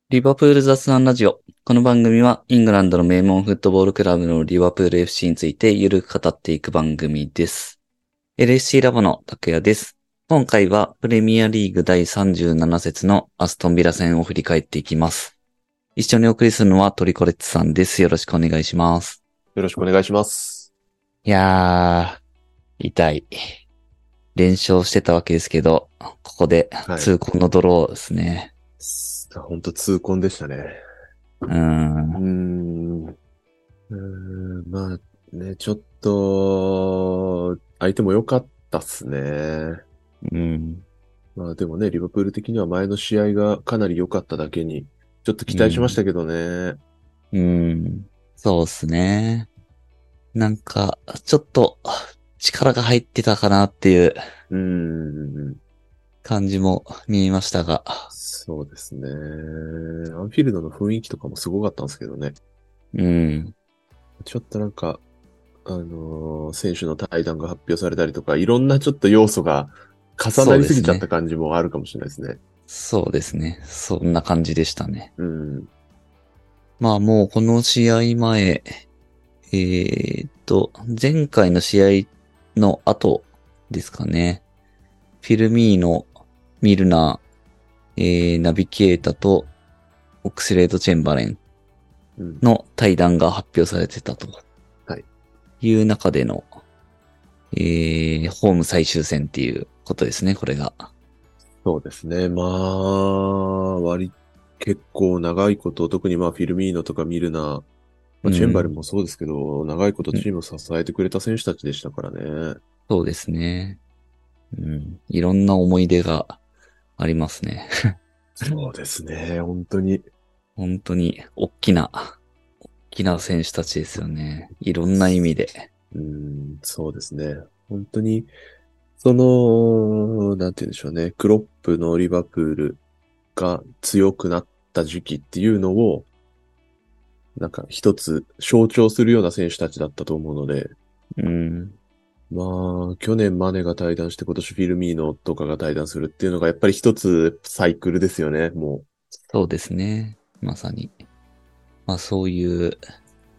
リバプール雑談ラジオ。この番組はイングランドの名門フットボールクラブのリバプール FC についてゆるく語っていく番組です。LSC ラボの拓也です。今回はプレミアリーグ第37節のアストンビラ戦を振り返っていきます。一緒にお送りするのはトリコレッツさんです。よろしくお願いします。 よろしくお願いします。 いやー、痛い。連勝してたわけですけど、ここではい。 痛恨のドローですね。 本当痛恨でしたね。 うーん、 まあね、ちょっと、相手も良かったっすね。 うん、 まあでもね、リバプール的には前の試合がかなり良かっただけに、ちょっと期待しましうん、 たけどね。 うん、そうっすね。なんか、ちょっと力が入ってたかなっていううーん、 感じも見えましたが。 そうですね。アンフィールドの雰囲気とかもすごかったんですけどね。 うん。 ちょっとなんか、選手の対談が発表されたりとか、いろんなちょっと要素が重なそうりすぎちゃったですね。 感じもあるかもしれないですね。 そうですね。そんな感じでしたね。 うん。 まあもうこの試合前、前回の試合の後ですかね。フィルミーノ、ミルナナビゲータとオクスレード・チェンバレンうん。 の対談が発表されてたとはい。 いう中でのホーム最終戦っていうことですね、これが。 そうですね。まあ、結構長いこと、特にまあフィルミーノとかミルナー、まあ、チェンバレンうん。 もそうですけど、長いことチームを支えてくれた選手たちでしたからね。 そうですね。うん。いろんな思い出がありますね。 そうですね。本当に。 本当に、大きな選手たちですよね。いろんな意味で。 そうですね。本当に、なんて言うんでしょうね。クロップのリバプールが強くなった時期っていうのを、なんか一つ象徴するような選手たちだったと思うので、 うん。 まあ、去年マネが退団して今年フィルミーノとかが退団するっていうのがやっぱり一つサイクルですよね、もそうですね。まさに。まあそういう、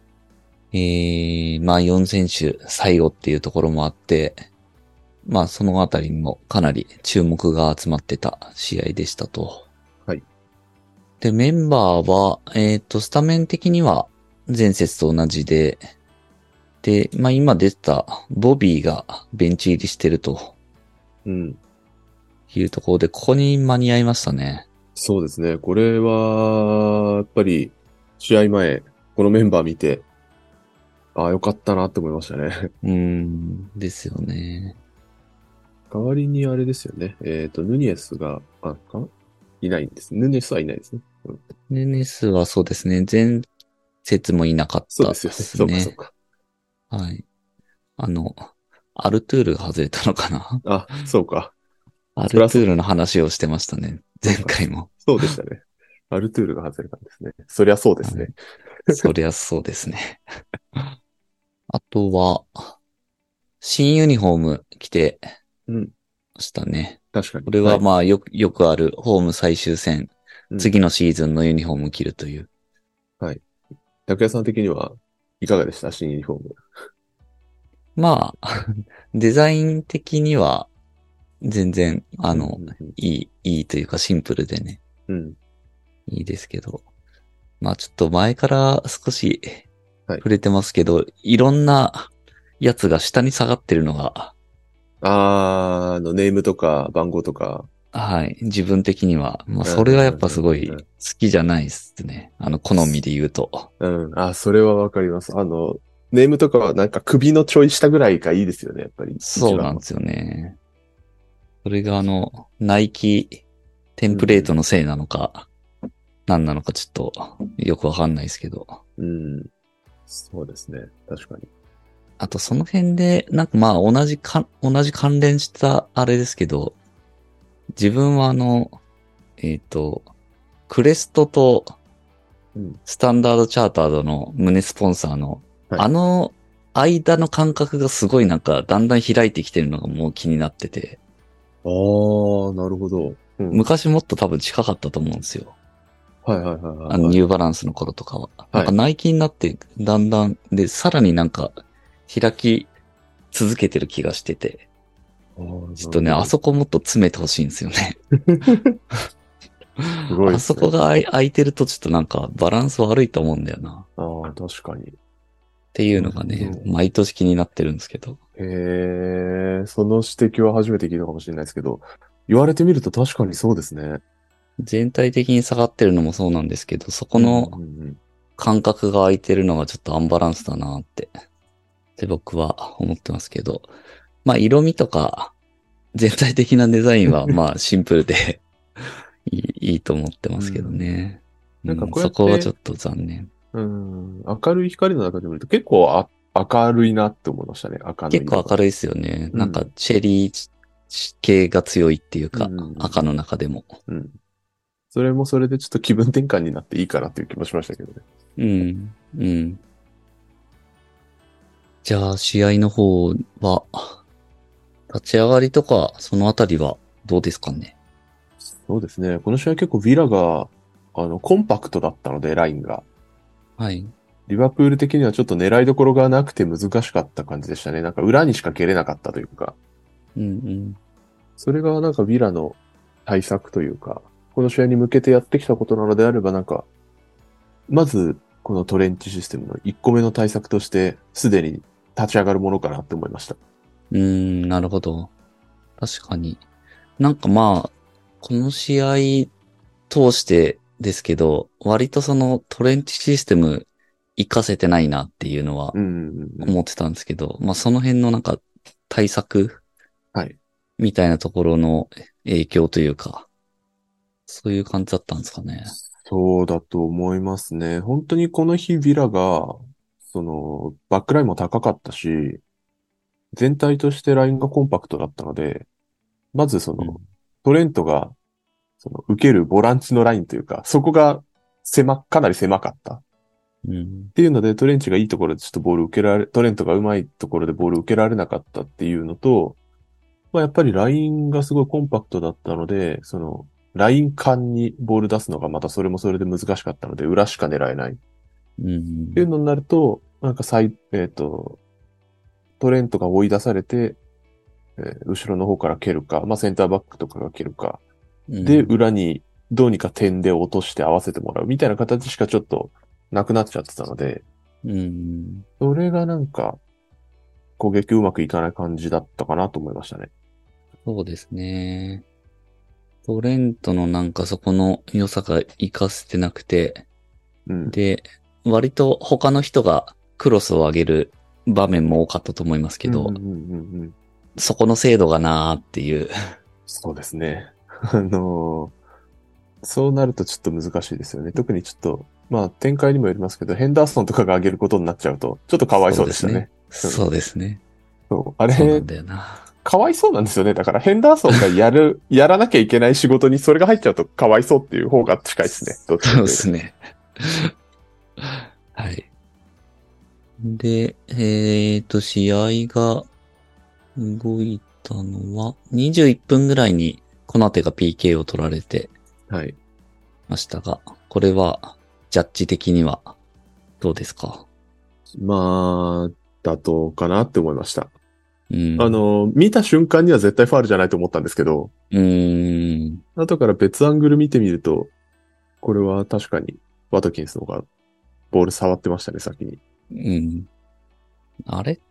まあ4選手最後っていうところもあって、まあそのあたりにもかなり注目が集まってた試合でしたと。 う。はい。 で、メンバーは、スタメン的には前節と同じで、で、まあ今出てたボビーがベンチ入りしてるとうん。 いうところで、ここに間に合いましたね。 そうですね。これは、やっぱり試合前、このメンバー見て、ああ、よかったなって思いましたね。 うーん、ですよね。 代わりにあれですよね。ヌニエスが、いないんです。ヌニエスはいないですね。うん、 ヌネスはそうですね。前節もいなかったでそうですよね。そうか、そうすね。 か。 はい。あの、アルトゥールが外れたのかな。 あ、そうか。 アそりゃそ、 ルトゥールの話をしてましたね。前そうか。 回も。 そうでしたね。アルトゥールが外れたんですね。そりゃそうですね。 はい。そりゃそうですね。あとは、新ユニフォーム着てうん。 ましたね。 確かに。 これはい。 はまあよくあるホーム最終戦、 うん。 次のシーズンのユニフォームを着るという。 はい。拓也さん的にはいかがでした新ユニフォーム？ まあ、デザイン的には全然、 うん、うん、 いいというかシンプルでね、 うん。うん。 いいですけど。まあちょっと前から少しはい。 触れてますけど、いろんなやつが下に下がってるのが、 ネームとか番号とか。 はい、自分的には、まあうん、うん、 それはやっうん、うん、 ぱすごいうん。 好きじゃないですね。好みで言うと。 うん。あ、それはわかります。ネームとかはなんか首のちょい下ぐらいがいいですよね、やっぱり。一番は。 そうなんですよね。それがナイキテンプレーうん、 トのせいなのか、何なのかちょっとよくわかんないですけど。 うん。うん。そうですね。確かに。 あとその辺で、なんかまあ同じ関連したあれですけど、自分はえっと、クレストとうん。 スタンダードチャータードの胸スポンサーの、 はい。 あの間の感覚がすごいなんかだんだん開いてきてるのがもう気になってて、 ああ、なるほど。うん。 昔もっと多分近かったと思うんですよ。 はいはいはいはい、はい。 ニューバランスの頃とかは。なんかはい。 ナイキになって、だんだん、で、さらになんか、開き続けてる気がしてて、 ああ、なちょっとね、 るほど。 あそこもっと詰めてほしいんですよね。 すごいあですね。 そこが空いてるとちょっとなんかバランス悪いと思うんだよな。っああ、確かに。 ていうなのがね、 るほど。 毎年気になってるんですけど。 へえ、その指摘は初めて聞いたかもしれないですけど、言われてみると確かにそうですね。 全体的に下がってるのもそうなんですけど、そこうん、うのん、うん。 感覚が空いてるのがちょっとアンバランスだなって僕は思ってますけど。まあ色味とか全体的なデザインはまあシンプルでいいと思ってますけどうん。 ね。うん、 なんかこうやそって、 こがちょっと残念。 うん、明るい光の中で見ると結構明るいなって思いましたね。赤の結色が。 構明るいですよね。なんかうん。 チェリー系が強いっていうか、 うん、うん、 赤の中でも。 うん。うん。それもそれでちょっと気分転換になっていいかなっていう気もしましたけどね。 うん、うん。じゃあ試合の方は、立ち上がりとか、そのあたりはどうですかね。 そうですね。この試合結構ヴィラが、コンパクトだったので、ラインが。 はい。 リバプール的にはちょっと狙いどころがなくて難しかった感じでしたね。なんか裏にしか蹴れなかったというか。 うん、 それがなんかヴィラの対策というか、この試合に向けてやってきたことなのであればなんか、まずこのトレンチシステムの1個目の対策としてすでに立ち上がるものかなって思いました。 うん。なるほど。確かに。なんかまあ、この試合通してですけど、割とそのトレンチシステム活かせてないなっていうのはうんうんうん。 思ってたんですけど、まあその辺のなんか対策はい。 みたいなところの影響というか、そういう感じだったんですかね。 そうだと思いますね。本当にこの日ヴィラが、バックラインも高かったし、全体としてラインがコンパクトだったので、まずうん。 トレントが、受けるボランチのラインというか、そこがかなり狭かった。っうん。 ていうので、トレンチがいいところでちょっとボール受けられ、トレントがうまいところでボール受けられなかったっていうのと、まあ、やっぱりラインがすごいコンパクトだったので、ライン間にボール出すのがまたそれもそれで難しかったので、裏しか狙えない。っうん。 ていうのになると、なんかトレントが追い出されて、後ろの方から蹴るか、まあ、センターバックとかが蹴るか、で、 うん。 裏にどうにか点で落として合わせてもらうみたいな形しかちょっとなくなっちゃってたので、 うん。 それがなんか攻撃うまくいかない感じだったかなと思いましたね。 そうですね。トレントのなんかそこの良さが活かせてなくて、 うん。 で、割と他の人がクロスを上げる場面も多かったと思いますけうん、うん、うど、 ん、うんうん。 そこの精度がなーっていう。 そうですね。そうなるとちょっと難しいですよね。特にちょっと、まあ展開にもよりますけど、ヘンダーソンとかが上げることになっちゃうと、ちょっとかわいそうですね。 そうでしたね。うん。 そうですね。 そう。あれ、 そうなんだよな。 かわいそうなんですよね。だからヘンダーソンがやらなきゃいけない仕事にそれが入っちゃうとかわいそうっていう方が近いですね。どっちかそうでというと。 すね。はい。で、試合が動いたのは、21分ぐらいにコナテが PK を取られてはい。 ましたが、これは、ジャッジ的にはどうですか？ まあ、妥当かなって思いました。 うん。 見た瞬間には絶対ファールじゃないと思ったんですけど、 うーん。 後から別アングル見てみると、これは確かにワトキンスの方がボール触ってましたね、先に。 うん。あれって、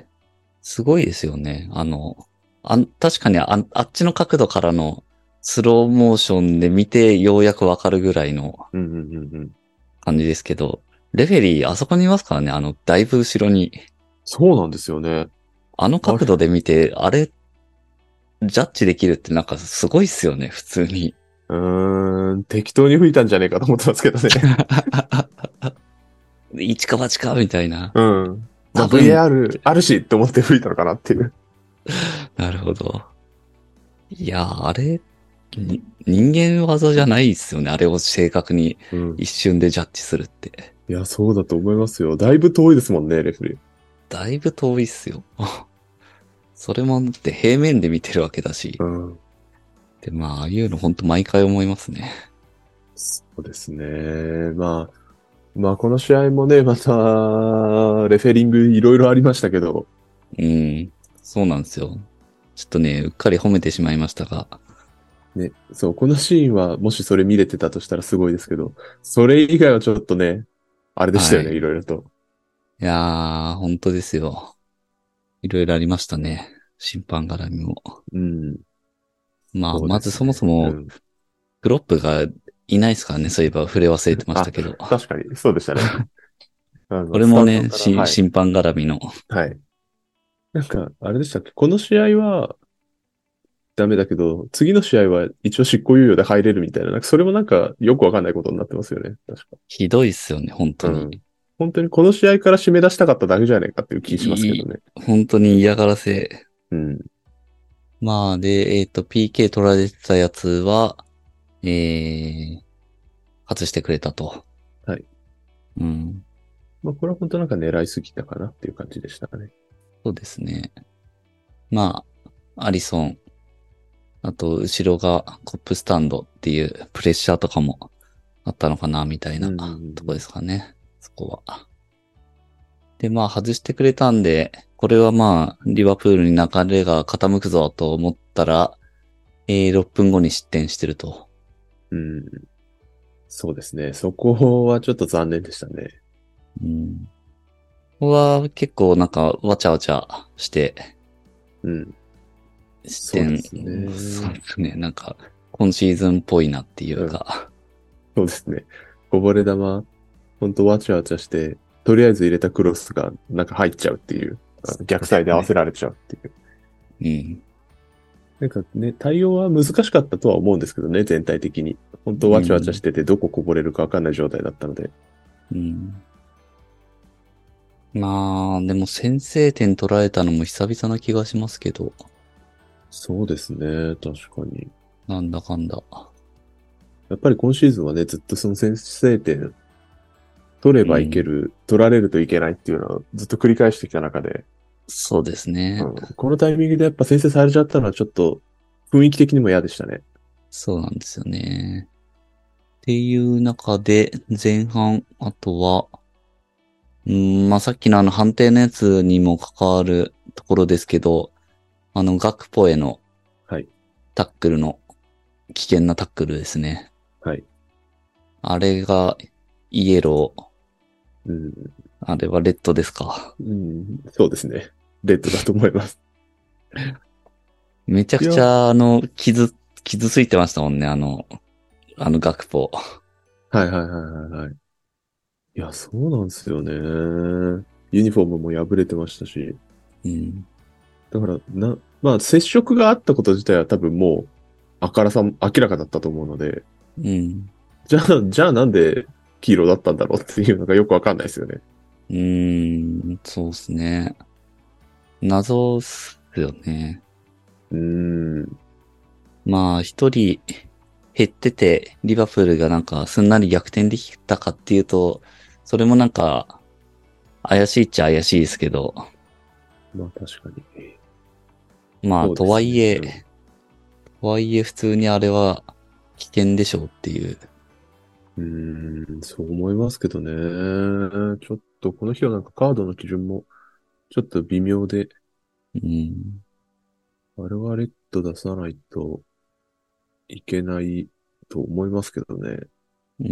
すごいですよね。確かにあっちの角度からのスローモーションで見てようやくわかるぐらいのうんうんうんうん。 感じですけど、レフェリーあそこにいますからね、だいぶ後ろに。 そうなんですよね。 あのあれ、 角度で見て、あれ、ジャッジできるってなんかすごいっすよね、普通に。 適当に吹いたんじゃねえかと思ってますけどね。 一か八かみたいな。 うん。まあ、 多分、 VAR あるしって思って吹いたのかなっていう。 なるほど。いや、あれ、人間技じゃないっすよね。あれを正確にうん。 一瞬でジャッジするって。 いや、そうだと思いますよ。だいぶ遠いですもんね、レフェリー。 だいぶ遠いっすよ。それもだって平面で見てるわけだし。 うん。 で、まあ、ああいうのほんと毎回思いますね。 そうですね。この試合もね、また、レフェリングいろいろありましたけど、 うん。そうなんですよ。ちょっとね、うっかり褒めてしまいましたが。 ね、そう、このシーンはもしそれ見れてたとしたらすごいですけど、それ以外はちょっとね、あれでしたよね、いはい。 ろいろと。 いやー、本当ですよ。いろいろありましたね。審判絡みも。 うん、 まあ、 そうまずそもですね。 そも、 うん。 クロップがいないですからね。そういえば触れ忘れてましたあ、 けど。 確かに、そうでしたね。 これスタンドもね、 から、はい。 審判絡みの。 はい。なんか、あれでしたっけこの試合はダメだけど、次の試合は一応執行猶予で入れるみたいな、なんかそれもなんかよくわかんないことになってますよね。確か。 ひどいっすよね、本当に。 うん。本当にこの試合から締め出したかっただけじゃないかっていう気しますけいい、 どね。 本当に嫌がらせ。 うん。 まあ、で、PK 取られてたやつは、えー、外してくれたと。 はい。 うん。 これは本当なんか狙いすぎたかなっていう感じでしたね。 そうですね。まあ、アリソン、あと、後ろがコップスタンドっていうプレッシャーとかもあったのかな、みたいなうんうんうんとこですかね。そこは。で、まあ、外してくれたんで、これはまあ、リバプールに流れが傾くぞと思ったら、6分後に失点してると。 うん。うん。そうですね。そこはちょっと残念でしたね。 うん。ここは結構なんか、わちゃわちゃして、 うん。 失点、 そうですそうね。 ですね。なんか、今シーズンっぽいなっていううん。 か。 そうですね。こぼれ球、ほんとわちゃわちゃして、とりあえず入れたクロスがなんか入っちゃうっていう、逆サイで合わせね。 られちゃうっていう。 うん。 なんかね、対応は難しかったとは思うんですけどね、全体的に。本当わちゃわちゃしうん。 てて、どここぼれるかわかんない状態だったので。 うん。まあ、でも先制点取られたのも久々な気がしますけど、 そうですね、確かに。 なんだかんだ。 やっぱり今シーズンはね、ずっとその先制点取ればいけうん。 る、取られるといけないっていうのはずっと繰り返してきた中で、 そうですね。 このタイミングでやっぱ先制されちゃったのはちょっと雰囲気的にも嫌でしたね。 そうなんですよね。っていう中で、前半、あとは、まあ、さっきの判定のやつにも関わるところですけど、ガクポへのはい。 タックルの危険なタックルですね。 はい。 あれがイエロー、 うん、 あれはレッドですか。 うん、そうですね。レッドだと思います。 めちゃいや、 くちゃ傷ついてましたもんね、ガクポ。 はいはいはいはいはい。いや、そうなんですよね。ユニフォームも破れてましたし。 うん。 だから、接触があったこと自体は多分もう、あからさ、明らかだったと思うので、 うん。 じゃあなんで黄色だったんだろうっていうのがよくわかんないですよね。 そうですね。謎っすよね。 うーん。 まあ、一人減ってて、リバプールがなんかすんなり逆転できたかっていうと、それもなんか怪しいっちゃ怪しいですけど、 確かに。 まあ、とはそうですね。 いえ、 うん。 普通にあれは危険でしょうっていう。 そう思いますけどね。ちょっとこの日はなんかカードの基準もちょっと微妙で、 うん。 あれはレッド出さないといけないと思いますけどね。 うん。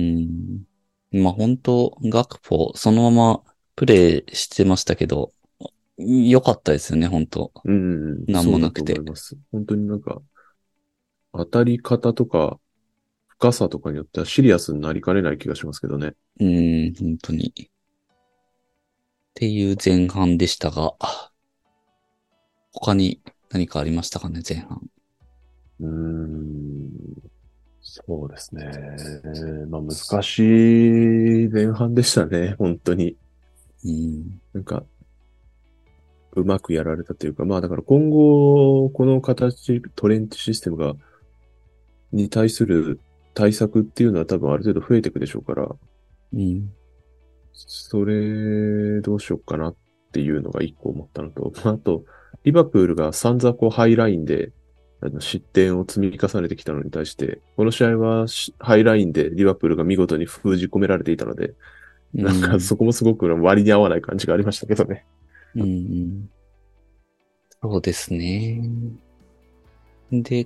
まあ本当、ガクポ、そのままプレイしてましたけど、良かったですよね、本当。なんそうだともなくて。 思います。本当になんか当たり方とか深さとかによってはシリアスになりかねない気がしますけどね。 本当に。っていう前半でしたが、他に何かありましたかね、前半。 うーん、そうですね。難しい前半でしたね、本当に。 うん。 なんか、うまくやられたというか、だから今後、この形、トレンチシステムに対する対策っていうのは多分ある程度増えていくでしょうから、 うん。 それ、どうしようかなっていうのが一個思ったのと、あと、リバプールが散々こうハイラインで失点を積み重ねてきたのに対して、この試合はハイラインでリバプールが見事に封じ込められていたので、 うなんかん。 そこもすごく割に合わない感じがありましたけどね。 うん。そうですね。で、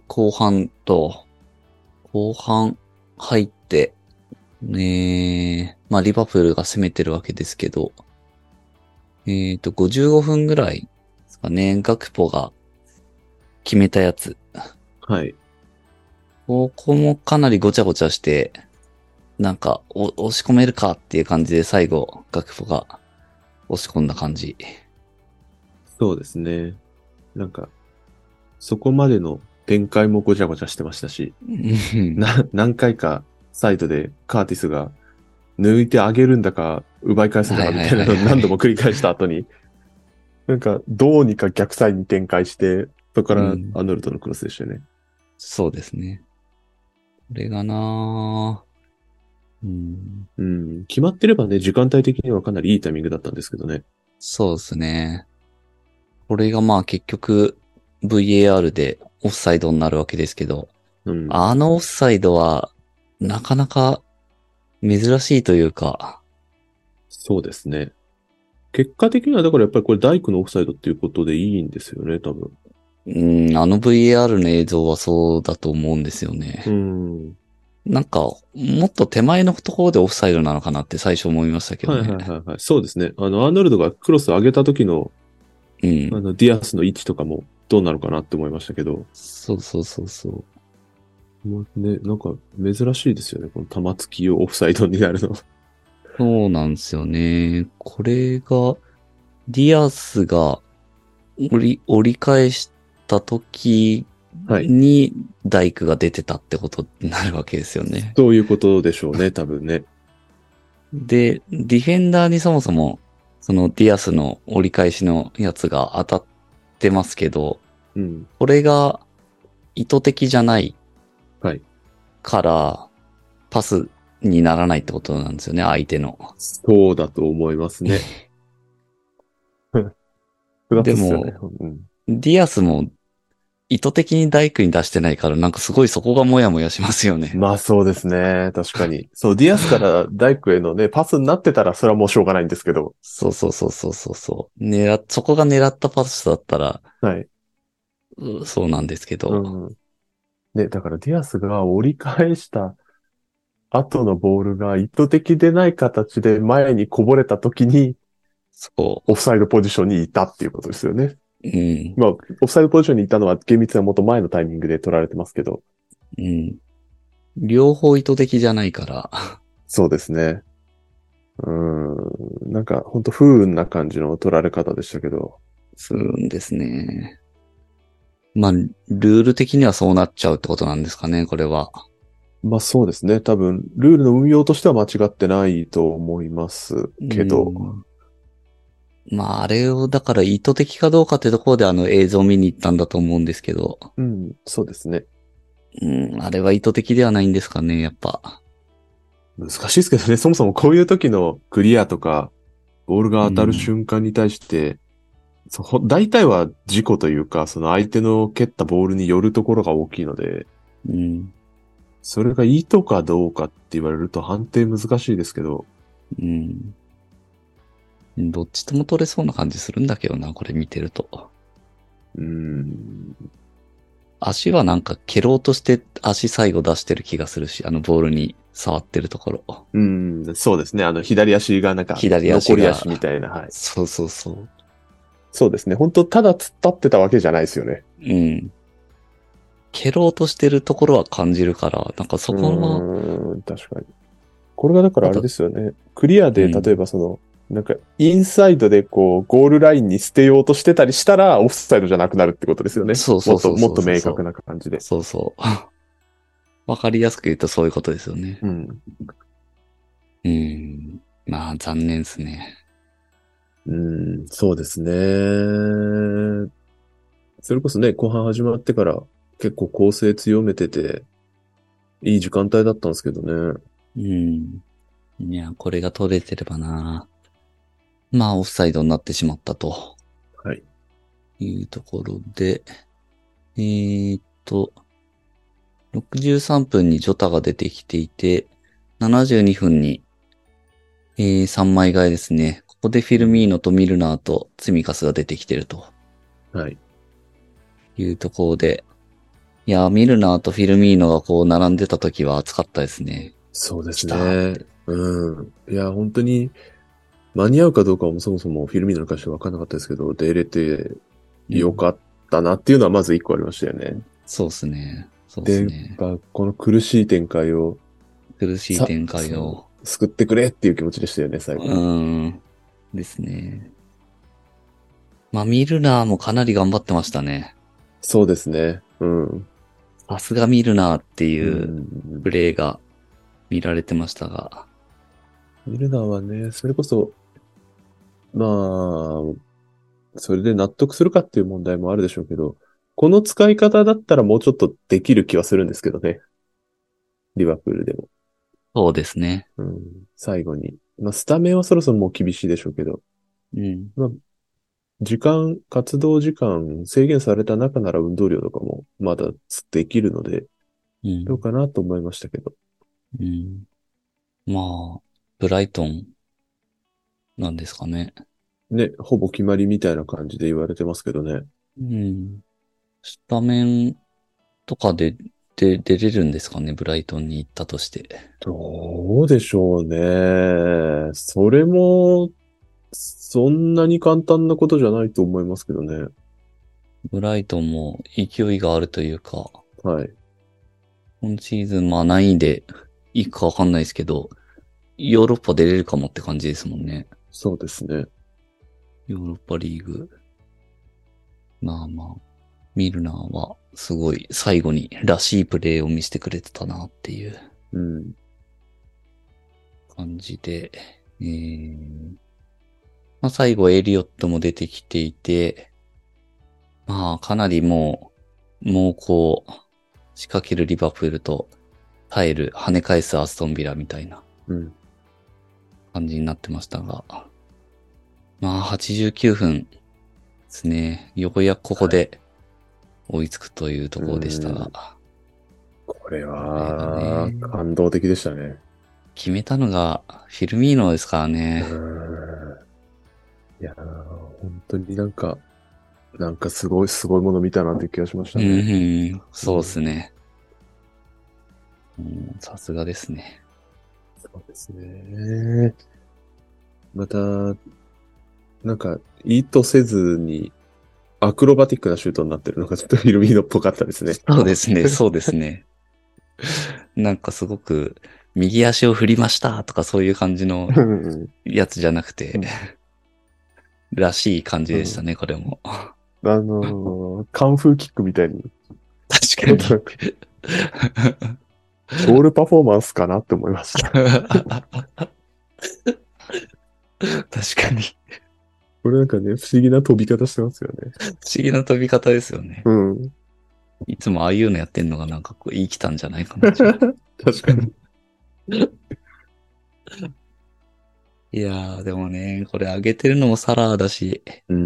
後半入って、まあ、リバプールが攻めてるわけですけど、55分ぐらいですかね、ガクポが決めたやつ。 はい。 ここもかなりごちゃごちゃして、なんか、押し込めるかっていう感じで最後、ガクポが押し込んだ感じ。 そうですね。なんか、そこまでの展開もごちゃごちゃしてましたし、 うん。 何回かサイドでカーティスが抜いてあげるんだか、奪い返すんだかみはいはいたいなのを何度はいはい。 も繰り返した後に、なんか、どうにか逆サイに展開して、そこからうん。 アーノルドのクロスでしたよね。 そうですね。これがなぁ。うん。 うん。決まってればね、時間帯的にはかなりいいタイミングだったんですけどね。 そうですね。これがまあ結局 VAR でオフサイドになるわけですけど、 うん。 あのオフサイドはなかなか珍しいというか、 そうですね。結果的には、だからやっぱりこれ大工のオフサイドっていうことでいいんですよね、多分。 うん、あの VAR の映像はそうだと思うんですようね。 ん。 なんか、もっと手前のところでオフサイドなのかなって最初思いましたけどはいね。 はいはいはい。そうですね。アーノルドがクロス上げた時の、 うん。 ディアスの位置とかもどうなのかなって思いましたけど、 そうそうそうそう。 もうね、なんか珍しいですよね。この玉突きをオフサイドになるの。 そうなんですよね。これが、ディアスが折り返した時はい。 に大工が出てたってことになるわけですよね。 そういうことでしょうね、多分ね。 で、ディフェンダーにそもそも、そのディアスの折り返しのやつが当たってますけど、 うん。 これが意図的じゃないはい。 から、パスにならないってことなんですよね、相手の。 そうだと思いますね。複雑っすよね。 でも、 うん。 ディアスも意図的に大工に出してないから、なんかすごいそこがモヤモヤしますよね。 まあそうですね。確かに。そう、ディアスから大工へのね、パスになってたらそれはもうしょうがないんですけど。 そうそうそうそうそうそう。そこが狙ったパスだったら、 はい。 そうなんですけど、 うん。ね、だからディアスが折り返した後のボールが意図的でない形で前にこぼれた時にそオフサイドポジションにいたっていうことですよね。 う、うん、 まあ、オフサイドポジションにいたのは厳密なもっと前のタイミングで取られてますけど。 うん。両方意図的じゃないから、 そうですね。なんか本当不運な感じの取られ方でしたけど。 するんですね。まあ、ルール的にはそうなっちゃうってことなんですかね、これは。 まあそうですね。多分、ルールの運用としては間違ってないと思いますうけど。 ん。まあ、あれを、だから意図的かどうかってところであの映像を見に行ったんだと思うんですけど、 うん、そうですね。 うん、あれは意図的ではないんですかね、やっぱ。 難しいですけどね。そもそもこういう時のクリアとか、ボールが当たるうん、 瞬間に対して、大体は事故というか、その相手の蹴ったボールによるところが大きいので、 うん、 それが意図かどうかって言われると判定難しいですけど、 うん。どっちとも取れそうな感じするんだけどな、これ見てると。 うーん、 足はなんか蹴ろうとして足最後出してる気がするし、あのボールに触ってるところ。 そうですね。左足がなんか左足残り足みが、 たいな、はい。 そうそうそう。 そうですね。本当ただ突っ立ってたわけじゃないですよね。 うん。蹴ろうとしてるところは感じるから、なんかそこは、 確かに。これがだからあれただ、 ですよね。クリアで、例えうん。 ばなんか、インサイドでこう、ゴールラインに捨てようとしてたりしたら、オフサイドじゃなくなるってことですよね。 そうもっと、 そうそうそうもっとそうそ明確な感じう。 で。 そうそう。わかりやすく言うとそういうことですよね。 うん。 うん。まあ、残念ですね。 そうですね。それこそね、後半始まってから結構攻勢強めてて、いい時間帯だったんですけどね。 うん。いや、これが取れてればな。まあ、オフサイドになってしまったとはい。 いうところで、えーっ 63分にジョタが出てきていて、72分に、3枚替えですね。ここでフィルミーノとミルナーとツミカスが出てきてるとはい。 いうところで、いや、ミルナーとフィルミーノがこう並んでた時は熱かったですね。 そうです来たっね。 て。 うん。いや、本当に間に合うかどうかもそもそもフィルミーノに関しては分からなかったですけど、出れてうん。 よかったなっていうのはまず一個ありましたよね。 そうですね。そうでで、やっすね。 ぱこの苦しい展開を苦しい展開を。 救ってくれっていう気持ちでしたよね、最う後に。 ーん。ですね。まあ、ミルナーもかなり頑張ってましたね。 そうですね。うん。 さすがミルナーってういうん。 プレーが見られてましたが。 ミルナーはね、それこそ、まあ、それで納得するかっていう問題もあるでしょうけど、この使い方だったらもうちょっとできる気はするんですけどね。リバプールでも。 そうですね。 うん。最後に。まあ、スタメンはそろそろもう厳しいでしょうけど、 うん。 まあ、活動時間制限された中なら運動量とかもまだできるので、 うん。 どうかなと思いましたけど。 うん。まあ、ブライトンなんですかね。 ね、ほぼ決まりみたいな感じで言われてますけどね。 うん。スタメンとかで出れるんですかね、ブライトンに行ったとして。 どうでしょうね。それも、そんなに簡単なことじゃないと思いますけどね。 ブライトンも勢いがあるというか、 はい。 今シーズンまあ何位で行くかわかんないですけど、ヨーロッパ出れるかもって感じですもんね。 そうですね。 ヨーロッパリーグ。まあまあ、ミルナーはすごい最後にらしいプレーを見せてくれてたなっていううん。 感じで、まあ、最後エリオットも出てきていて、まあかなりもうこう、仕掛けるリバプールと耐える跳ね返すアストンビラみたいなうん。 感じになってましたが、まあ89分ですね。ようやくここはい。 で追いつくというとうころでしたん。 が、 これこれがは、 ね、 感動的でしたね。 決めたのがフィルミーノですからうね。 ん。いやー、本当になんかすごいもの見たなっていう気がしましうたね。 ん、そうでうん。 すね。さすがですね。 そうですね。また、なんか、意図せずに、アクロバティックなシュートになってるのがちょっとフィルミーノっぽかったですね。 そうですね、そうですね。なんかすごく、右足を振りましたとかそういう感じのうんやつじゃなくて、 うんらしい感じうん。 でしたね、これも。 カンフーキックみたいに、 確かに。 ちょっとゴールパフォーマンスかなって思いました。 確かに。 これなんかね、不思議な飛び方してますよね。 不思議な飛び方ですよね。 うん。 いつもああいうのやってんのがなんかこう生きたんじゃないかな、じゃあ。 確かに。 いやー、でもね、これ上げてるのもサラーだし、 うん。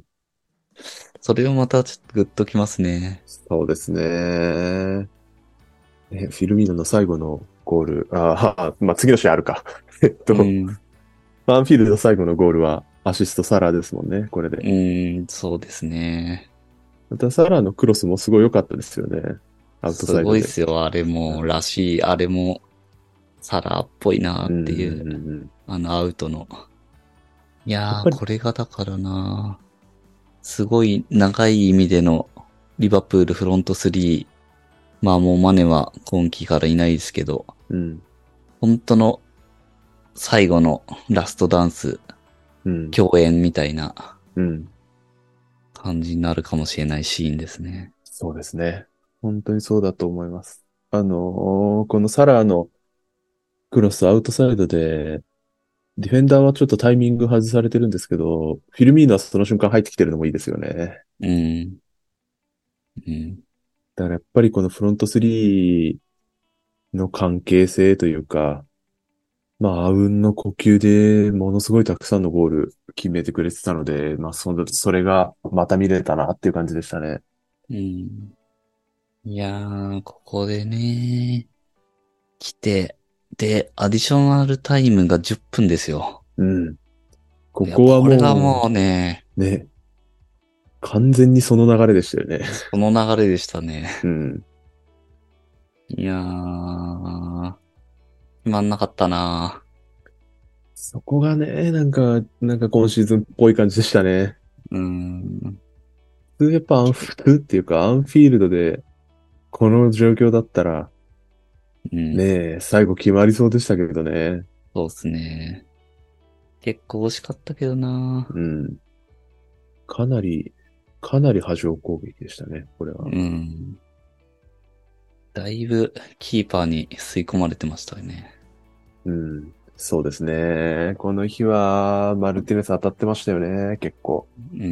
それをまたちょっとグッときますね。 そうですね。フィルミーノの最後のゴール。まあ、次の試合あるか。 うん。 ファンフィールド最後のゴールはアシストサラーですもんね、これで。 そうですね。 またサラーのクロスもすごい良かったですよね。アウトすサイドで。 ごいっすよ、あれも、らしい、あれも、サラーっぽいなうん、 っていう、 うん、うんうん。 あのアウトの。いやー、 やっぱり、 これがだからな、すごい長い意味でのリバプールフロント3。まあもうマネは今季からいないですけど、 うん、 本当の最後のラストダンス、 うん、 共演みたいなうん。 感じになるかもしれないシーンですね。 そうですね。本当にそうだと思います。このサラーのクロスアウトサイドで、ディフェンダーはちょっとタイミング外されてるんですけど、フィルミーノはその瞬間入ってきてるのもいいですよね。 うん。うん。 だからやっぱりこのフロント3の関係性というか、まあ、あうんの呼吸でものすごいたくさんのゴール決めてくれてたので、まあ、それがまた見れたなっていう感じでしたね。 うん。 いやー、ここでね、来て、で、アディショナルタイムが10分ですよ。 うん。こいや、 こはこれがももうね、 う、ね、完全にその流れでしたよね。 その流れでしたね。 うん。 いやー、決まんなかったな。 そこがね、なんか今シーズンっぽい感じでしたね。 うーん、 普通やっぱ普通っていうか、アンフィールドで、この状況だったら、 うん、 ねえ、最後決まりそうでしたけどね。 そうですね。結構惜しかったけどな。 うん。かなり、かなり波状攻撃でしたね、これは。 うん。だいぶキーパーに吸い込まれてましたよね。 うん。そうですね。この日は、マルティネス当たってましたよね、結構。 うん。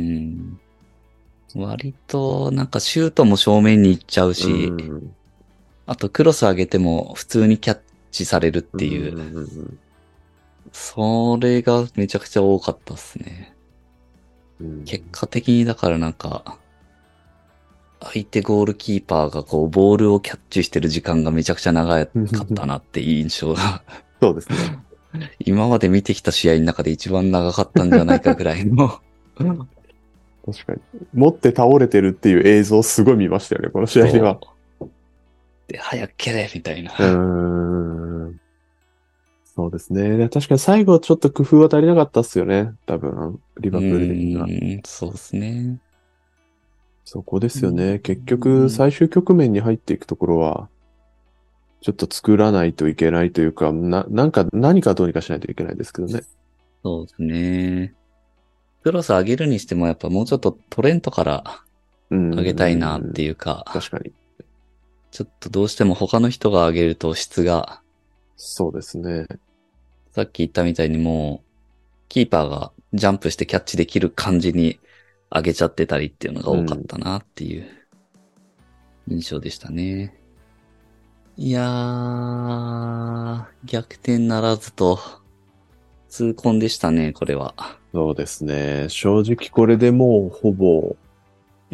割と、なんかシュートも正面に行っちゃううし、 ん。 あとクロス上げても普通にキャッチされるっうていう、 ん。 それがめちゃくちゃ多かったっすね。 うん。 結果的にだからなんか、相手ゴールキーパーがこうボールをキャッチしてる時間がめちゃくちゃ長かったなっていう印象が、 そうですね。 今まで見てきた試合の中で一番長かったんじゃないかぐらいの確かに。持って倒れてるっていう映像すごい見ましたよね、この試合では。 そう。で、早く蹴れみたいな。 うーん。そうですね。で確かに最後はちょっと工夫は足りなかったっすよね。多分、リうバプール的には。 ーん、そうですね。 そこでうすよね。結局、 ん、 最終局面に入っていくところは、ちょっと作らないといけないというか、何かどうにかしないといけないですけどね。 そうですね。クロス上げるにしてもやっぱもうちょっとトレントからうー上げたいなってん。 いうか、 確かに。 ちょっとどうしても他の人が上げると質が、 そうですね。 さっき言ったみたいにもう、キーパーがジャンプしてキャッチできる感じに上げちゃってたりっていうのが多かっうん。 たなっていう印象でしたね。いやー、逆転ならずと、痛恨でしたね、これは。 そうですね。正直これでもうほぼうん、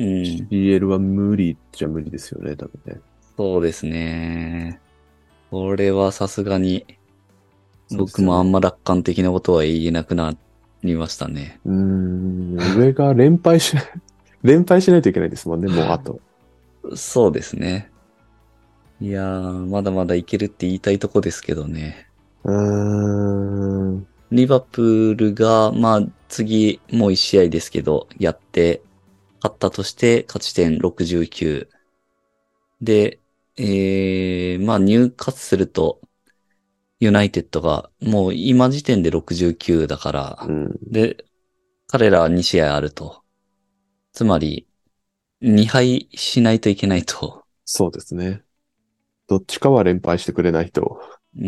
CL は無理っちゃ無理ですよね、多分ね。 そうですね。これはさすがに、僕そうですよね。 もあんま楽観的なことは言えなくなりましたね。 上が連敗し、連敗しないといけないですもんね、もうあと。 そうですね。いやー、まだまだいけるって言いたいとこですけどね。 うーん。 リバプールが、まあ、次、もう一試合ですけど、やって、勝ったとして勝ち点69。で、まあ、入荷すると、ユナイテッドが、もう今時点で69だから、 うん。 で、彼らは2試合あると。つまり、2敗しないといけないと。 そうですね。どっちかは連敗してくれないと。 うん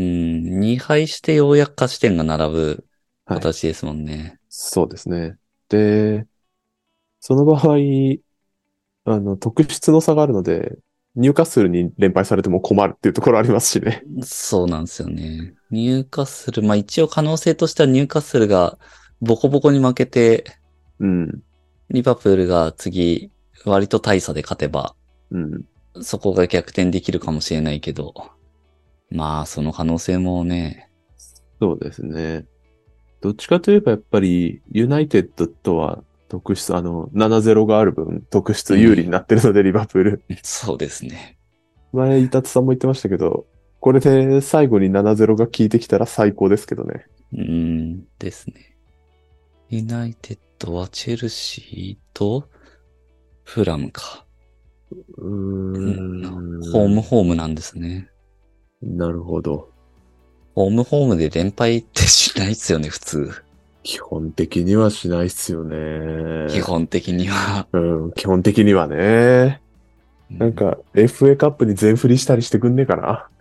、2敗してようやく勝ち点が並ぶはい。 形ですもんね。 そうですね。で、その場合、特質の差があるので、ニューカッスルに連敗されても困るっていうところありますしね。 そうなんですよね。ニューカッスル、まあ一応可能性としてはニューカッスルがボコボコに負けて、 うん。 リバプールが次、割と大差で勝てば、 うん。 そこが逆転できるかもしれないけど、まあその可能性もね、 そうですね。どっちかといえばやっぱり、ユナイテッドとは特質、7-0がある分、特質有利にうん、 なってるので、リバプール。 そうですね。 前、イタツさんも言ってましたけど、これで最後に7-0が効いてきたら最高ですけどね。 ですね。ユナイテッドはチェルシーとフラムか。 ううん、ホーーん。 ムホームなんですね。 なるほど。 ホームホームで連敗ってしないっすよね、普通。 基本的にはしないっすよね。 基本的には。 うん、基本的にはね。 うんなんか、FA カップに全振りしたりしてくんねえかな。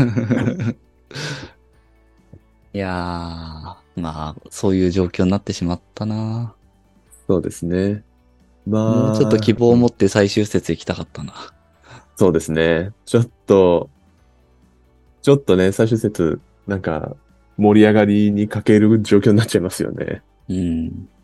いやー、まあ、そういう状況になってしまったな。 そうですね。 もうちょっと希まあ、 望を持って最終節行きたかったな。 そうですね。ちょっとね、最終節、なんか、盛り上がりに欠ける状況になっちゃいますよね。 うん。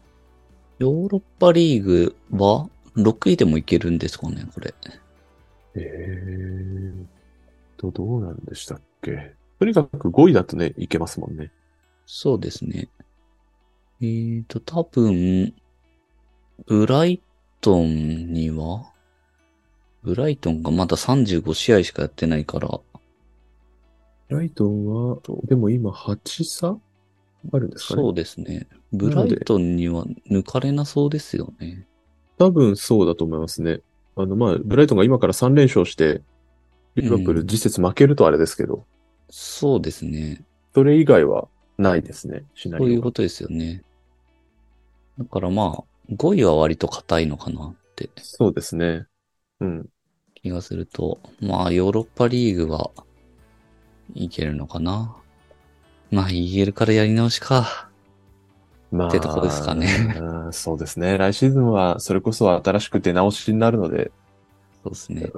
ヨーロッパリーグは6位でもいけるんですかね、これ。 どうなんでしたっけ。とにかく5位だとね、いけますもんね。 そうですね。多分、ブライトンには、ブライトンがまだ35試合しかやってないから、 ライトンは、でも今8差あるんですかね。 そうですね。ブライなので、 トンには抜かれなそうですよね。 多分そうだと思いますね。ブライトンが今から3連勝して、リバプールうん。 実質負けるとあれですけど、 そうですね。 それ以外はないですね、シナリオが。 そういうことですよね。だからまあ、5位は割と硬いのかなってそうですね。うん。 気がすると、まあ、ヨーロッパリーグはいけるのかな。まあ、EL からやり直しか。ってとこですかね。 そうですね。来シーズンはそれこそ新しく出直しになるので、 そうですね。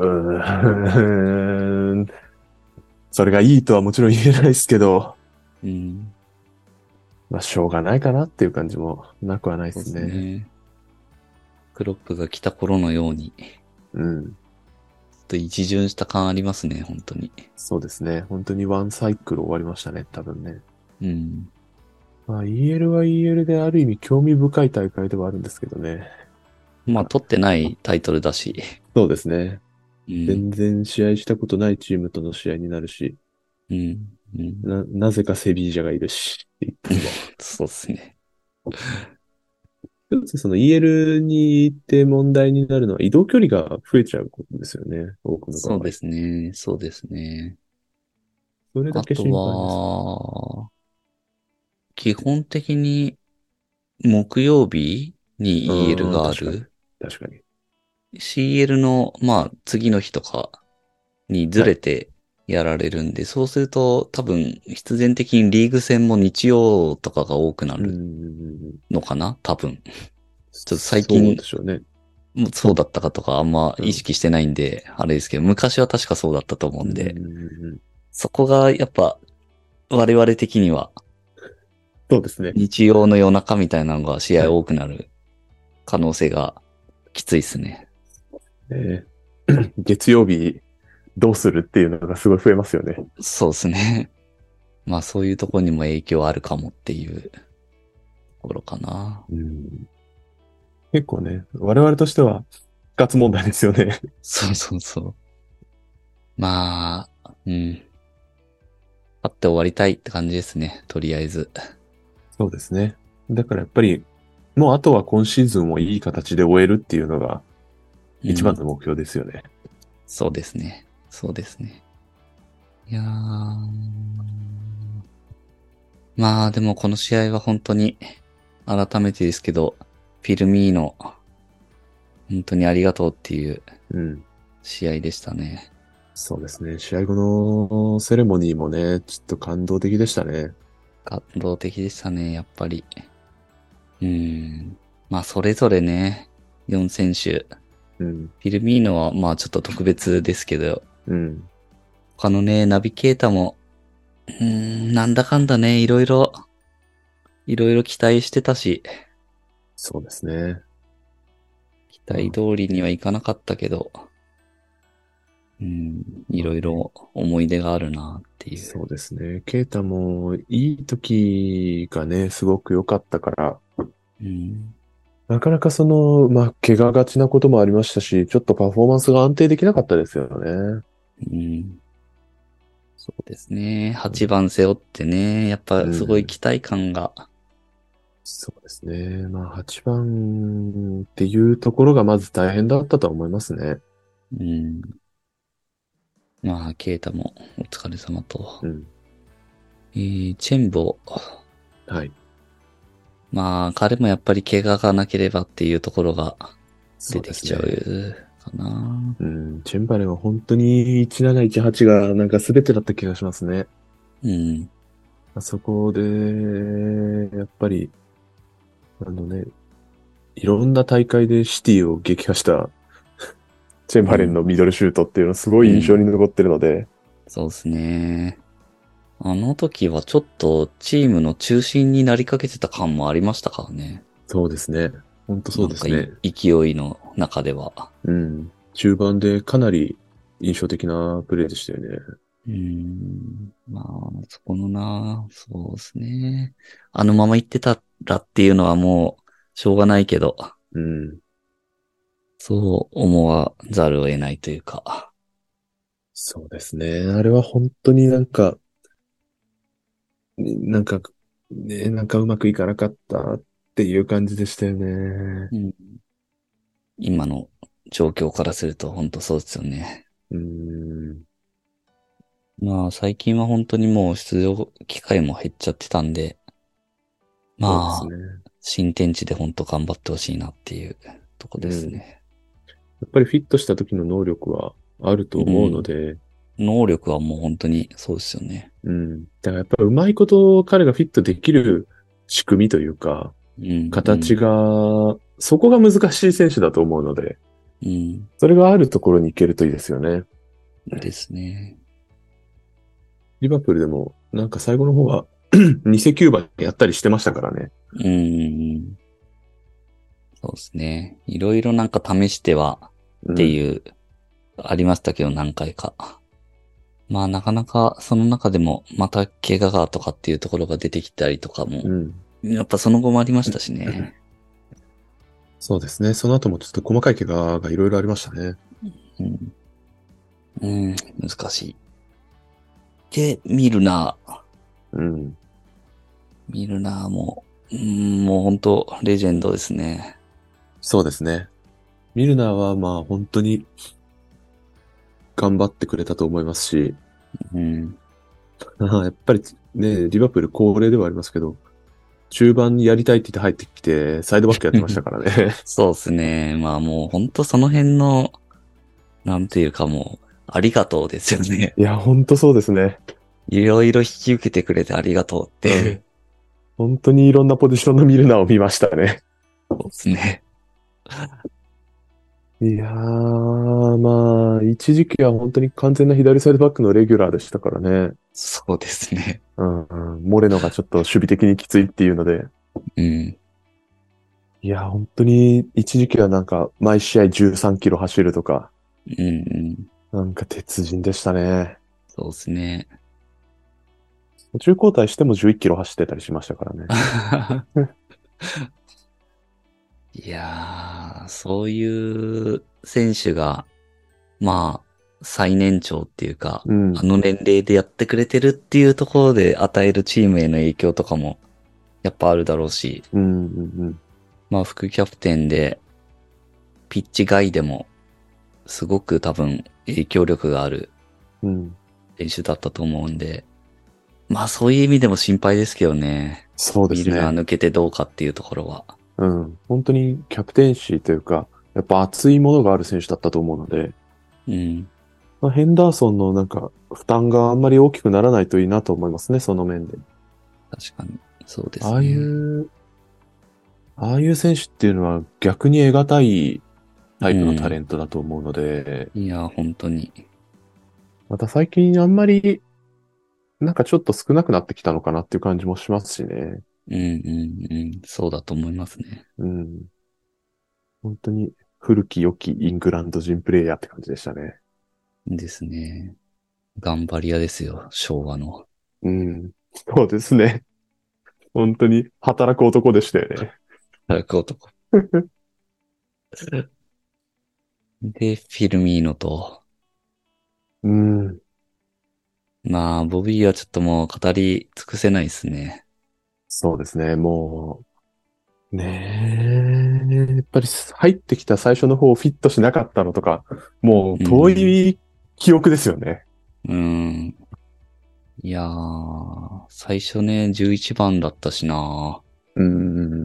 それがいいとはもちろん言えないですけど、 うん。 まあ、しょうがないかなっていう感じもなくはないでそうですすね。 ね。クロップが来た頃のように、ちょうん。 っと一巡した感ありますね、本当に。 そうですね。本当にワンサイクル終わりましたね、多分ね。 うん。 まあ、EL は EL である意味興味深い大会ではあるんですけどね。なんまあ、 か、 取ってないタイトルだし。 そうですね。 うん。 全然試合したことないチームとの試合になるし、 うん。うん。 なぜかセビージャがいるし、って言っても。 そうですね。 一つその EL に行って問題になるのは移動距離が増えちゃうことですよね。多くの場合。 そうですね。そうですね。 それだけあと心配です。 は、基本的に木曜日に EL があ確かに。 る。 確かに。 CL の、まあ、次の日とかにずはい。 れてやられるんで、そうすると多分必然的にリーグ戦も日曜とかが多くなうるん。 のかな多分。ちょっと最そう近でしょうね。 もそうだったかとかあんまうん。 意識してないんで、あれですけど、昔は確かそうだったと思うんで、 うん。 そこがやっぱ我々的にはそうですね。 日曜の夜中みたいなのが試合はい。 多くなる可能性がきついですね。 え月曜日どうするっていうのがすごい増えますよね。 そうですね。まあそういうところにも影響あるかもっていうところかな。 うん。結構ね、我々としては死活問題ですよね。 そうそうそう。まあ、うん。勝って終わりたいって感じですね。とりあえず。 そうですね。だからやっぱり、もうあとは今シーズンをいい形で終えるっていうのがうん。 一番の目標ですよね。 そうですね。そうですね。いやー。まあでもこの試合は本当に改めてですけど、フィルミーノ、本当にありがとうっていううん。 試合でしたね。 そうですね。試合後のセレモニーもね、ちょっと感動的でしたね。 感動的でしたね、やっぱり。まあそれぞれね、4選手。 うん。 フィルミーノはまあちょっと特別ですけど、 うん。 他のね、ナビゲーターも、なんだかんだね、いろいろ期待してたし、 そうですね。 期まあ、 待通りにはいかなかったけど、いろいね、 ろ思い出があるなっていう。 そうですね。ケイタもいい時がね、すごく良かったから、 うん、 なかなか怪我がちなこともありましたし、ちょっとパフォーマンスが安定できなかったですよね。 うん、そうですね。8 うん。 番背負ってね、やっぱすごいうん。 期待感が、 そうですね。まあ、8番っていうところがまず大変だったとは思いますね。 うん、まあ、ケイタもお疲れ様と。 うん。 チェンボ、 はい。 まあ、彼もやっぱり怪我がなければっていうところが出そうでてきちゃうすね。 かな。 うん。チェンバレンは本当に1718がなんか全てだった気がしますね。 うん、 あそこで、やっぱり、あのね、いろんな大会でシティを撃破したチェンバレンうん、 のミドルシュートっていうのはすごい印象うん、 に残ってるので、 そうですね。あの時はちょっとチームの中心になりかけてた感もありましたからね。 そうですね。本当そうなんかですね。 勢いの中では。 うん。中盤でかなり印象的なプレーでしたよね。 まあ、そこのそうですね。あのまま行ってたらっていうのはもう、しょうがないけど、 うん。 そう思わざるを得ないというか。 そうですね。あれは本当になんか、なんかうまくいかなかったっていう感じでしたよね。 うん、今の状況からすると本当そうですよね。 うん。 まあ、最近は本当にもう出場機会も減っちゃってたんで、まあ、 そうですね。 新天地で本当頑張ってほしいなっていうとこですうん。やね。 っぱりフィットした時の能力はあると思うのうん。 で、 能力はもう本当にそうですよね。 うん。だからやっぱりうまいこと彼がフィットできる仕組みというか、 うん、う形ん、 が、そこが難しい選手だと思うので、 うん。 それがあるところに行けるといいですよね。 ですね。 リバプールでも、なんか最後の方は偽9番やったりしてましたからね。 うん、そうですね。いろいろなんか試してはうん。 っていう、ありましたけど何回か。まあなかなかその中でもまた怪我がとかっていうところが出てきたりとかも、 うん。 やっぱその後もありましたしね。 そうですね。その後もちょっと細かい怪我がいろいろありましたね。 うん、難しい。で、ミルナー。 うん。 ミルナーも、もう本当レジェンドですね。 そうですね。ミルナーはまあ本当に頑張ってくれたと思いますし、 うん。 やっぱりね、リバプール恒例ではありますけど、中盤にやりたいって言って入ってきて、サイドバックやってましたからね。 そうですね。まあもう本当その辺の、なんていうかもう、ありがとうですよね。 いや、本当そうですね。 いろいろ引き受けてくれてありがとうっうん。 て。 本当にいろんなポジションのミルナーを見ましたね。 そうですね。 いやー、まあ、一時期は本当に完全な左サイドバックのレギュラーでしたからね。 そうですね。 うん、うん。モレノがちょっと守備的にきついっていうので。 うん。 いや、本当に一時期はなんか毎試合13キロ走るとか、 うん、うん。 なんか鉄人でしたね。 そうですね。 途中交代しても11キロ走ってたりしましたからね。 いやー、そういう選手が、まあ、最年長っていうか、 うん、 あの年齢でやってくれてるっていうところで与えるチームへの影響とかも、やっぱあるだろうし、 うん、うん、 まあ、副キャプテンで、ピッチ外でも、すごく多分影響力があるうん。 選手だったと思うんで、まあそういう意味でも心配ですけどね。 そうでミルナーすね。 抜けてどうかっていうところは。 うん。本当にキャプテンシーというか、やっぱ熱いものがある選手だったと思うので、 うん。 まあ、ヘンダーソンのなんか負担があんまり大きくならないといいなと思いますね、その面で。 確かに。そうでああいすね。 う、ああいう選手っていうのは逆に得難いタイプのタレうん。 ントだと思うので、 いや、本当に。 また最近あんまりなんかちょっと少なくなってきたのかなっていう感じもしますしね。 うん、うん、うん。そうだと思いますね。 うん。本当に古き良きイングランド人プレイヤーって感じでしたね。 ですね。頑張り屋ですよ。昭和の。 うん。そうですね。本当に働く男でしたよね。 働く男。で、フィルミーノと、 うん。 まあ、ボビーはちょっともう語り尽くせないですね。 そうですね。もう、ねえ、やっぱり入ってきた最初の方フィットしなかったのとか、もうう遠ん。 い記憶ですよね。 うん。いやー、最初ね、11番だったしな。 うん。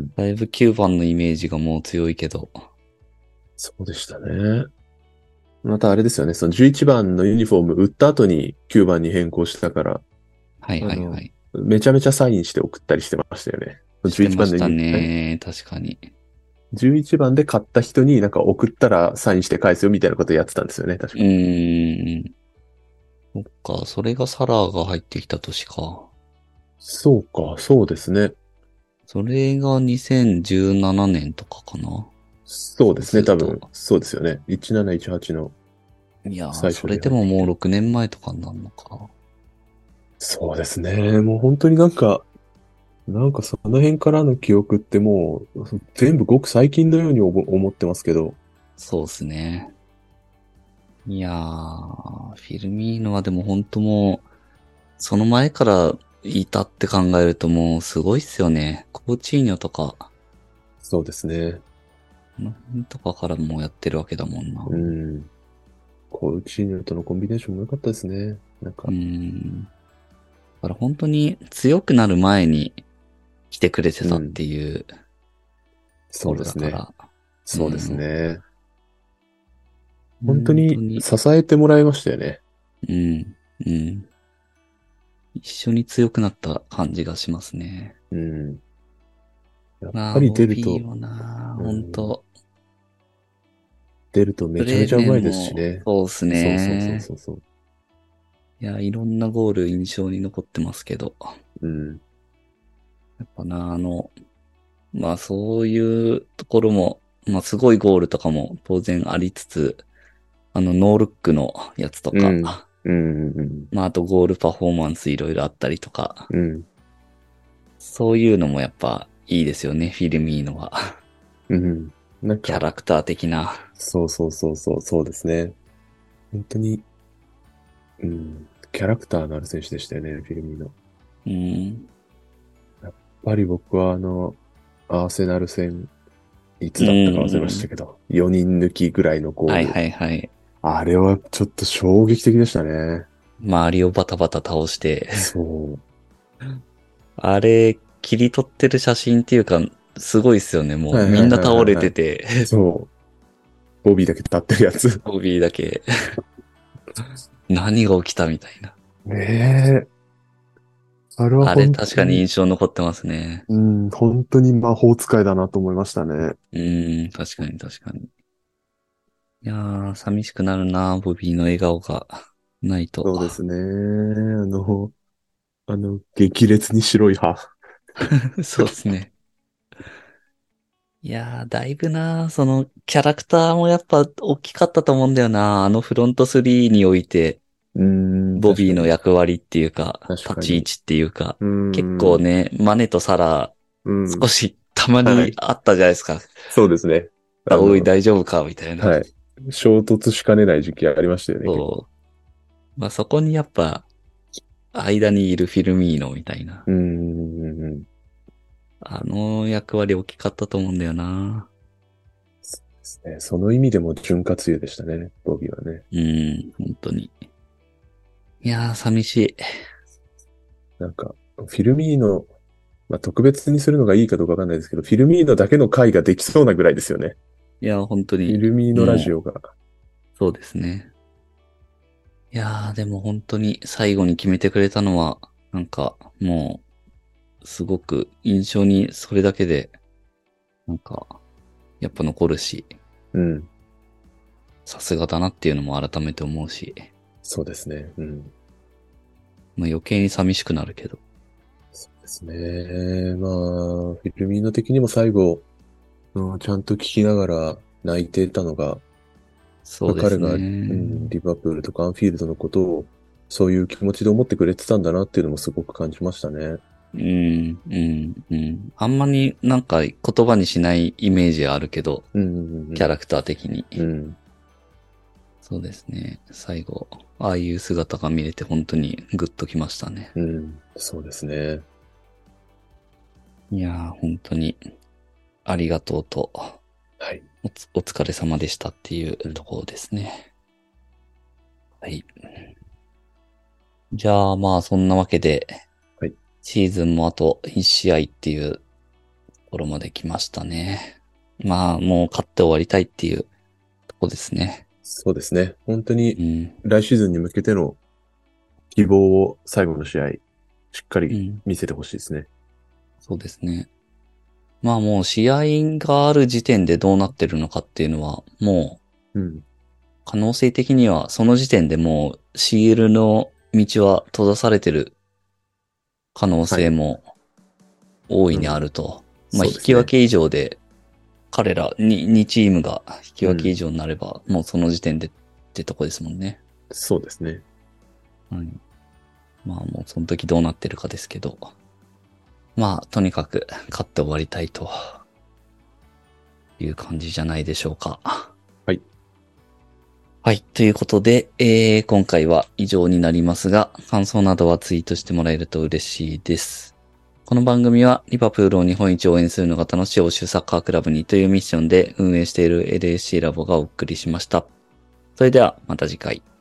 だいぶ9番のイメージがもう強いけど。 そうでしたね。またあれですよね。その11番のユニフォーム売った後に9番に変更したから、 はいあの、 はいはい。 めちゃめちゃサインして送ったりしてましたよね。 して 11 ました番のユニ、 ね。確かに。 11番で買った人になんか送ったらサインして返すよみたいなことやってたんですよね。確うか。 ーん。そっか、それがサラーが入ってきた年か。 そうか、そうですね。 それが2017年とかかな。そうそうですね。 すると。 多分、そうですよね。1718の。 いやー、 最初にそれで入ってきて。 ももう6年前とかになるのか。 そうですね。もう本当になんかその辺からの記憶ってもう全部ごく最近のように思ってますけど。 そうですね。いやー、フィルミーノはでも本当もう、その前からいたって考えるともうすごいっすよね。コーチーニョとか、 そうですね。 この辺とかからもうやってるわけだもんな。 うん。コルチーニョとのコンビネーションも良かったですね。なんうか、 ん。だから本当に強くなる前に来てくれてたっうん。 ていうとこそうですね。 ろだから。うそうですん。 ね。本当に本当に、 支えてもらいましたよね。 うん。うん。一緒に強くなった感じがしますね。 うん。やっまあ、 ぱりボビーはな、 うん、 本当出るとめちゃめプレーちゃうまいですし面も、 ね。 そうですそうそうそうね。 そうそう。 いや、いろんなゴール印象に残ってますけど。 うん。 やっぱな、まあそういうところも、まあすごいゴールとかも当然ありつつ、ノールックのやつとうん。 か、 うん。うん。 まああとゴールパフォーマンスいろいろあったりとか、 うん。 そういうのもやっぱいいですよね、フィルミーノは。 うん。なんキャか、 ラクター的な。 そうそうそうそう、そうですね。本当に、うん。キャラクターのある選手でしたよね、フィルミーノ。 うん。 やっぱり僕はアーセナル戦、いうつだったか忘れましたん。 けど、4人抜きぐらいのゴーはいル。 はいはい。 あれはちょっと衝撃的でしたね。 周りをバタバタ倒して、 そあれ、切り取ってる写真っていうか、すごいっすよね。 う。 もうはいはいはいみんな倒れはいはい。 てて、 そう。ボビーだけ立ってるやつ。 ボビーだけ何が起きたみたいな。 ねえ。あれはあれ本当に、 確かに印象残ってますね。 うん、本当に魔法使いだなと思いましたね。 確かに確かに。いやー、寂しくなるな、ボビーの笑顔がないと。 そうですね。激烈に白い歯。 そうですね。いやー、だいぶな、その、キャラクターもやっぱ大きかったと思うんだよな。フロント3において、 うん、 ボビーの確かに。 役割っていうか、 確かに。 立ち位置っていうか、 う結構ん、 ね、マネとサラ、 うん。 少したまはい。 にあったじゃないですか。 そうですね。 おい、大丈夫かみたいな。 はい。衝突しかねない時期ありましたよね、結構。 そう。まあそこにやっぱ、間にいるフィルミーノみたいな。 うん、うん、 あの役割大きかったと思うんだよな。 ですね。その意味でも潤滑油でしたね、ボビーはね。 本当に。いやー、寂しい。 なんか、フィルミーノ、まあ、特別にするのがいいかどうかわかんないですけど、フィルミーノだけの回ができそうなぐらいですよね。 いやー、本当フィに、 ルミーノラジもう、 オが。 そうですね。いやー、でも本当に最後に決めてくれたのは、なんか、もう、すごく印象にそれだけで、なんか、やっぱ残るし、 うん。 さすがだなっていうのも改めて思うし、 そうですね。うん。 まあ余計に寂しくなるけど。 そうですね。まあ、フィルミーノ的にも最後、ちゃんと聞きながら泣いてたのが、 そうです彼が、 ね。 リバプールとかアンフィールドのことを、そういう気持ちで思ってくれてたんだなっていうのもすごく感じましたね。 あんまりなんか言葉にしないイメージはあるけど、 うん、 キャラクター的に。 うん、うん。 そうですね。最後、ああいう姿が見れて本当にグッときましたね。 うん、そうですね。 いやー、本当にありがとうと、 はい。 お疲れ様でしたっていううん、 ところですね。はい。じゃあまあそんなわけで、 はい。 シーズンもあと1試合っていうところまで来ましたね。まあもう勝って終わりたいっていうとこですね。 そうですね。本当にうん。 来シーズンに向けての希望を最後の試合、しっかりうん。 見せてほしいですね。 そうですね。まあもう試合がある時点でどうなってるのかっていうのは、もううん。 可能性的にはその時点でもう CL の道は閉ざされてる可能はい。 性も大いにあうん。 ると。まあそうですね。 引き分け以上で彼らに2チームが引き分け以うん。 上になればもうその時点でってとこですもんね。 そうですね。 はい。まあもうその時どうなってるかですけど。まあとにかく勝って終わりたいという感じじゃないでしょうか。 はい。 はい。ということで、今回は以上になりますが、感想などはツイートしてもらえると嬉しいです。この番組は、リバプールを日本一応援するのが楽しい欧州サッカークラブにというミッションで運営している LSC ラボがお送りしました。それでは、また次回。